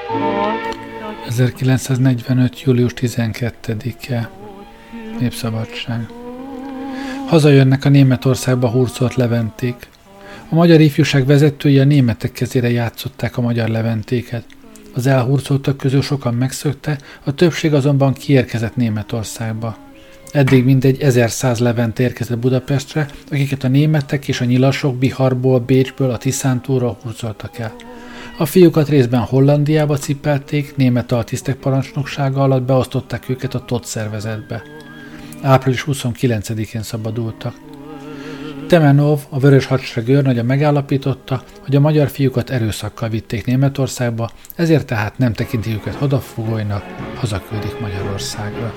ezerkilencszáznegyvenöt. július tizenkettedike. Népszabadság. Hazajönnek a Németországba hurcolt leventék. A magyar ifjúság vezetői a németek kezére játszották a magyar leventéket. Az elhurcoltak közül sokan megszökte, a többség azonban kiérkezett Németországba. Eddig mindegy ezerszáz levent érkezett Budapestre, akiket a németek és a nyilasok Biharból, Bécsből, a Tiszántúról hurcoltak el. A fiúkat részben Hollandiába cipelték, német altisztek parancsnoksága alatt beosztották őket a Tóth szervezetbe. április huszonkilencedikén szabadultak. Temenov, a Vörös Hadsereg őrnagya megállapította, hogy a magyar fiúkat erőszakkal vitték Németországba, ezért tehát nem tekinti őket hadafogóinak, hazaküldik Magyarországra.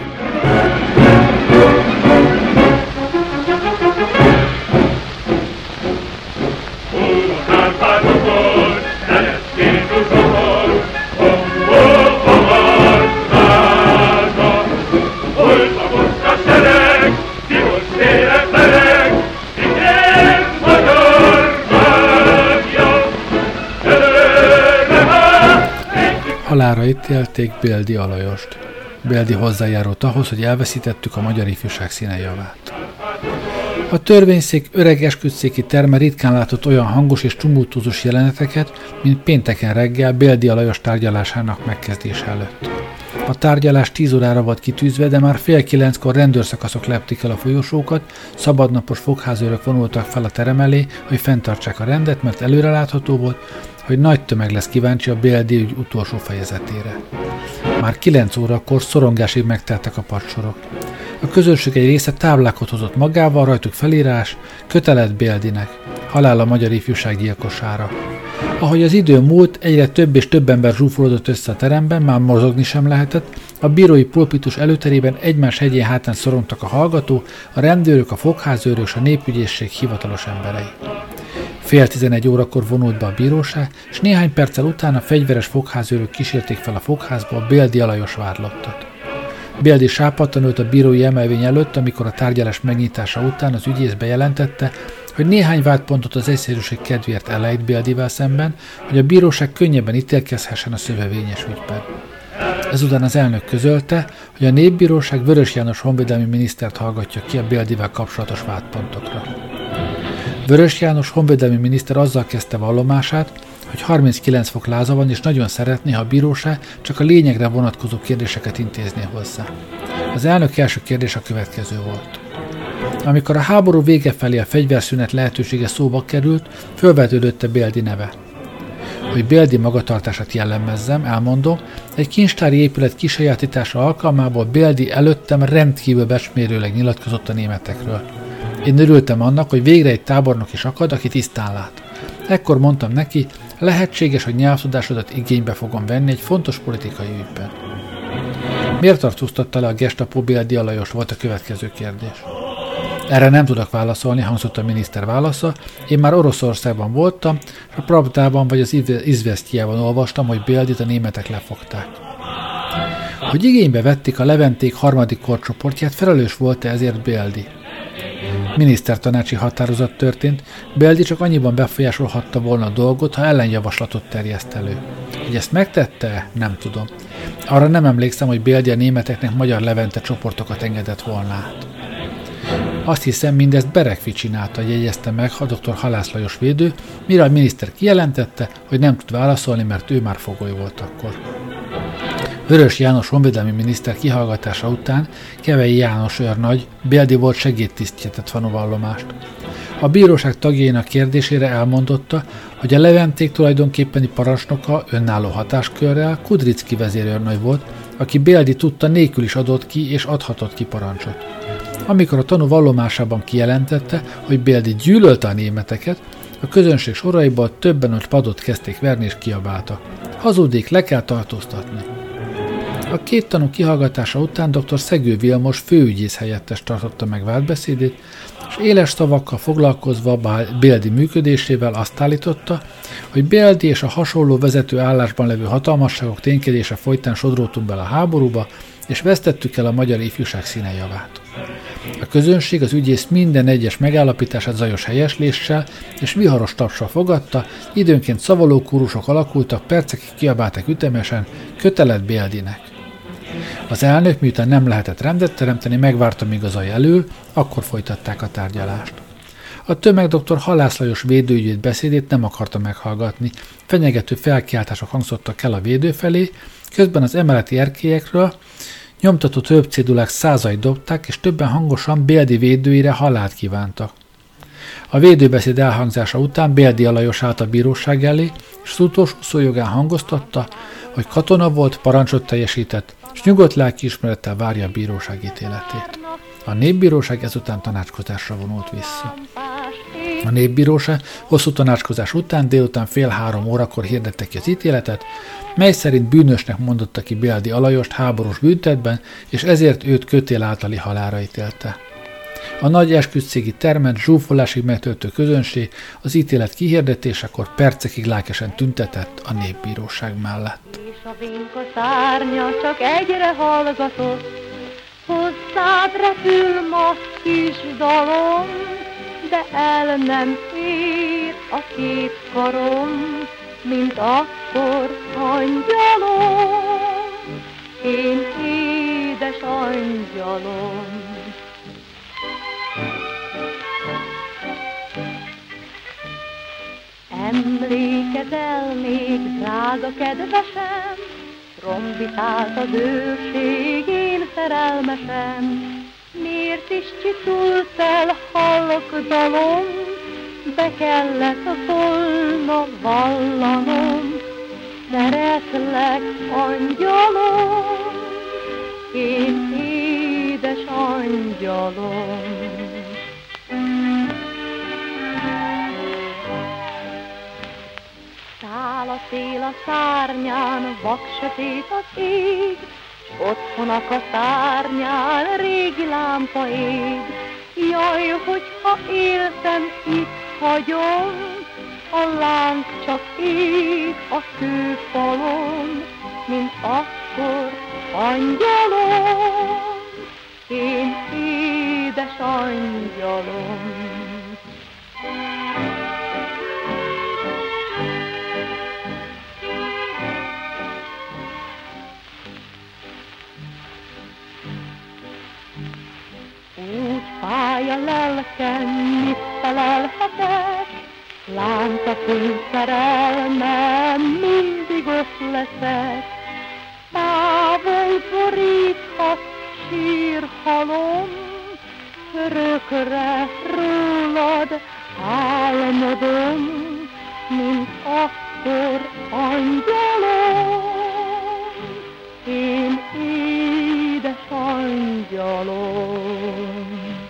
Halálra ítélték Béldi Alajost. Béldi hozzájárult ahhoz, hogy elveszítettük a magyar ifjúság színejavát. A törvényszék öreg esküdtszéki terme ritkán látott olyan hangos és tumultuózus jeleneteket, mint pénteken reggel Béldi Alajos tárgyalásának megkezdése előtt. A tárgyalás tíz órára volt kitűzve, de már fél kilenckor rendőrszakaszok lepték el a folyosókat, szabadnapos fogházőrök vonultak fel a terem elé, hogy fenntartsák a rendet, mert előrelátható volt, hogy nagy tömeg lesz kíváncsi a Béldi ügy utolsó fejezetére. Már kilenc órakor szorongásig megteltek a padsorok. A közönség egy része táblákat hozott magával, rajtuk felírás, kötelet Béldinek, halál a magyar ifjúság gyilkosára. Ahogy az idő múlt, egyre több és több ember zsúfolódott össze a teremben, már mozogni sem lehetett, a bírói pulpitus előterében egymás hegyén hátán szorongtak a hallgató, a rendőrök, a fogházőrök és a népügyészség hivatalos emberei. Fél tizenegy órakor vonult be a bíróság, és néhány perccel utána fegyveres fogházőrök kísérték fel a fogházba a Béldi Alajos vádlottat. Béldi sápadtan ült a bírói emelvény előtt, amikor a tárgyalás megnyitása után az ügyész bejelentette, hogy néhány vádpontot az egyszerűség kedvéért elejt Béldivel szemben, hogy a bíróság könnyebben ítélkezhessen a szövevényes ügyben. Ezután az elnök közölte, hogy a Népbíróság Vörös János honvédelmi minisztert hallgatja ki a Béldivel kapcsolatos vádpontokra. Vörös János honvédelmi miniszter azzal kezdte vallomását, hogy harminckilenc fok láza van, és nagyon szeretné, ha a bíróság csak a lényegre vonatkozó kérdéseket intézné hozzá. Az elnök első kérdés a következő volt. Amikor a háború vége felé a fegyverszünet lehetősége szóba került, fölvetődött a Béldi neve. Hogy Béldi magatartását jellemezzem, elmondom, egy kincstári épület kisajátítása alkalmából Béldi előttem rendkívül becsmérőleg nyilatkozott a németekről. Én örültem annak, hogy végre egy tábornok is akad, aki tisztán lát. Ekkor mondtam neki, lehetséges, hogy nyelvtudásodat igénybe fogom venni egy fontos politikai ügyben. Miért tartóztatta le a Gestapo Béldi Alajost, volt a következő kérdés. Erre nem tudok válaszolni, hangzott a miniszter válasza. Én már Oroszországban voltam, és a Pravdában vagy az Izvesztijában olvastam, hogy Béldit a németek lefogták. Hogy igénybe vették a Leventék harmadik korcsoportját, felelős volt-e ezért Béldi? Minisztertanácsi határozat történt, Béldi csak annyiban befolyásolhatta volna a dolgot, ha ellenjavaslatot terjeszt elő. Hogy ezt megtette, nem tudom. Arra nem emlékszem, hogy Béldi a németeknek magyar Levente csoportokat engedett volna át. Azt hiszem, mindezt Berekvi csinálta, jegyezte meg a dr. Halász Lajos védő, mire a miniszter kijelentette, hogy nem tud válaszolni, mert ő már fogoly volt akkor. Vörös János honvédelmi miniszter kihallgatása után Kevei János őrnagy Béldi volt segédtisztje tett tanúvallomást. A bíróság tagjainak kérdésére elmondotta, hogy a Leventék tulajdonképpeni parancsnoka önálló hatáskörrel Kudricki vezérőrnagy volt, aki Béldi tudta nélkül is adott ki és adhatott ki parancsot. Amikor a tanú vallomásában kijelentette, hogy Béldi gyűlölte a németeket, a közönség soraiból többen ott padot kezdték verni és kiabáltak. Hazudik, le kell tartóztatni. A két tanú kihallgatása után dr. Szegő Vilmos főügyész helyettes tartotta meg vádbeszédét, és éles szavakkal foglalkozva Béldi működésével azt állította, hogy Béldi és a hasonló vezető állásban levő hatalmasságok ténykedése folytán sodródtunk bele a háborúba, és vesztettük el a magyar ifjúság színejavát. A közönség az ügyész minden egyes megállapítását zajos helyesléssel és viharos tapsal fogadta, időnként szavaló kórusok alakultak, percekig kiabáltak ütemesen, kötelet Béldinek. Az elnök, miután nem lehetett rendet teremteni, megvárta, míg az zaj elől, akkor folytatták a tárgyalást. A tömeg dr. Halász Lajos védőügyvéd beszédét nem akarta meghallgatni, fenyegető felkiáltások hangzottak el a védő felé, közben az emeleti erkélyekről nyomtatott röpcédulák százait dobták, és többen hangosan Béldi védőire halált kívántak. A védőbeszéd elhangzása után Béldi Alajos állt a bíróság elé, és az utolsó szójogán hangoztatta, hogy katona volt, parancsot teljesített, és nyugodt lelkiismerettel várja a bíróság ítéletét. A Népbíróság ezután tanácskozásra vonult vissza. A Népbíróság hosszú tanácskozás után délután fél három órakor hirdette ki az ítéletet, mely szerint bűnösnek mondotta ki Béldi Alajost háborús büntetben, és ezért őt kötél általi halálra ítélte. A nagy esküdtségi termet zsúfolásig megtöltő közönség az ítélet kihirdetésekor percekig lelkesen tüntetett a Népbíróság mellett. És a vinka szárnya csak egyre hallgatott, hozzád repül ma kis dalom, de el nem ér a két karom, mint akkor angyalom, én édes angyalom. Emlékezel még, drága kedvesem, trombitált az őrség, én szerelmesem. Miért is csitult el halkdalom, be kellett volna vallanom, szeretlek angyalom, én édes angyalom. Száll a szél a szárnyán, vaksötét az ég, s otthonak a szárnyán régi lámpa ég. Jaj, hogyha éltem, itt hagyom, a láng csak ég a kőfalon, mint akkor angyalom, én édes angyalom. szerelmem, mindig ott leszek. Távol boríthat sírhalom, örökre rólad álmodom, mint akkor angyalom, én édes angyalom.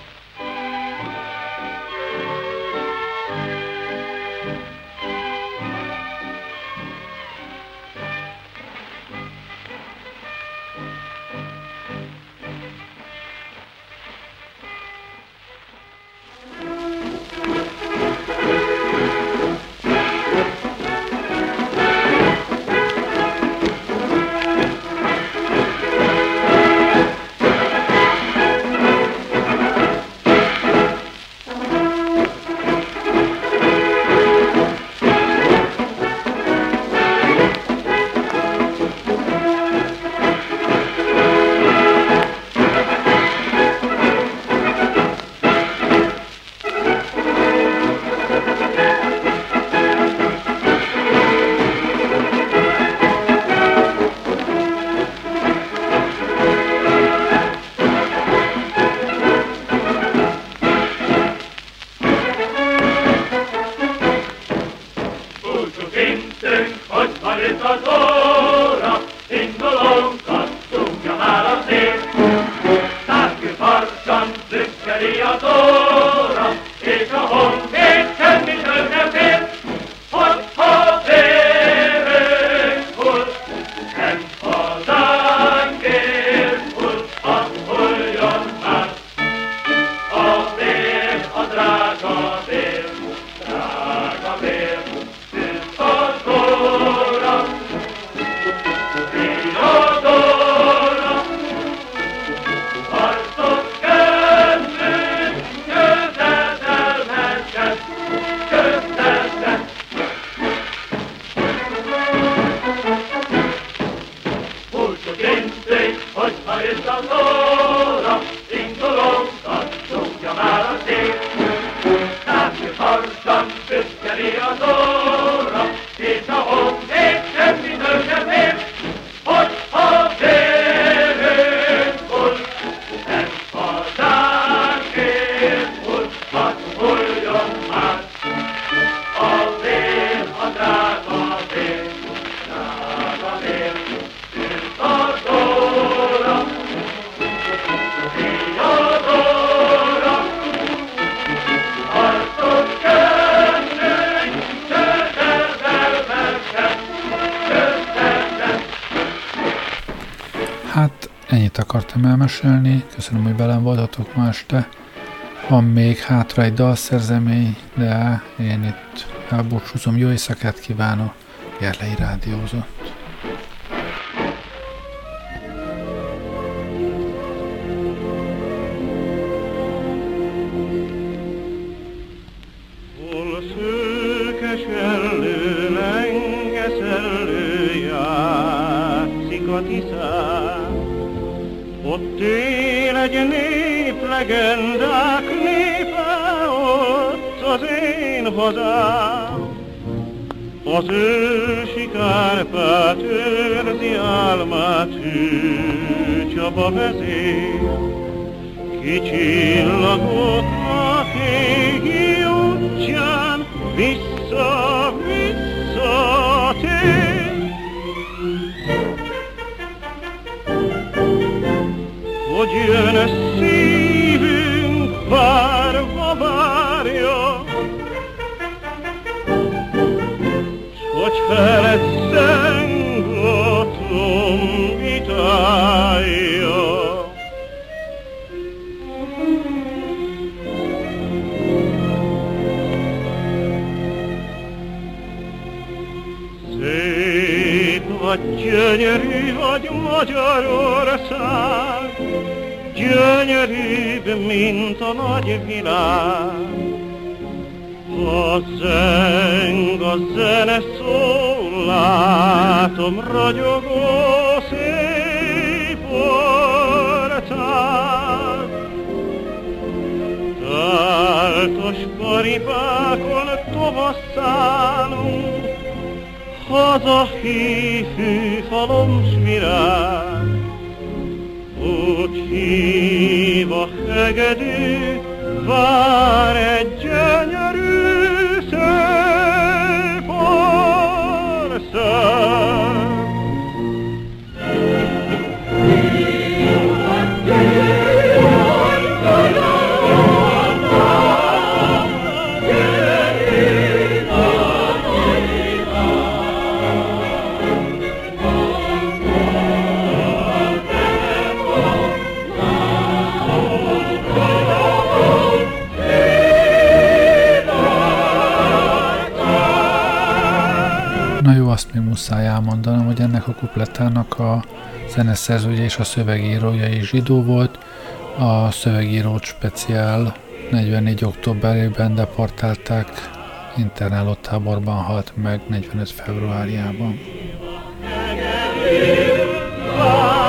Akartam elmesélni, köszönöm, hogy velem voltatok ma este. Van még hátra egy dalszerzemény, de én itt elbúcsúzom, jó éjszakát kívánok, Gerlei rádiózott. Hol szőkes ellő, lengesellő játszik a Tiszán, ott él egy nép, legendák népe, ott az én hazám. Az ősi Kárpát őrzi álmát, ő Csaba vezér. Kicsillagott a kégi útján, vissza, visszatér. Hogy jön szívünk, várva várja, s hogy feled zengatom vitája. Szép vagy, gyönyörű vagy Magyarország, gyönyörűbb, mint a nagy világ. Ha zeng a zene szól, látom ragyogó szép orcát. Táltos paripákon tovasz szállunk, haza hívő halom s virág. Úgy hív a hegedű, vár egy gyönyörű szép ország. Na jó, azt még muszáj elmondanom, hogy ennek a kupletának a zeneszerzője és a szövegírója is zsidó volt. A szövegírót speciál negyvennégy októberében deportálták, internálótáborban halt meg negyvenöt februárjában.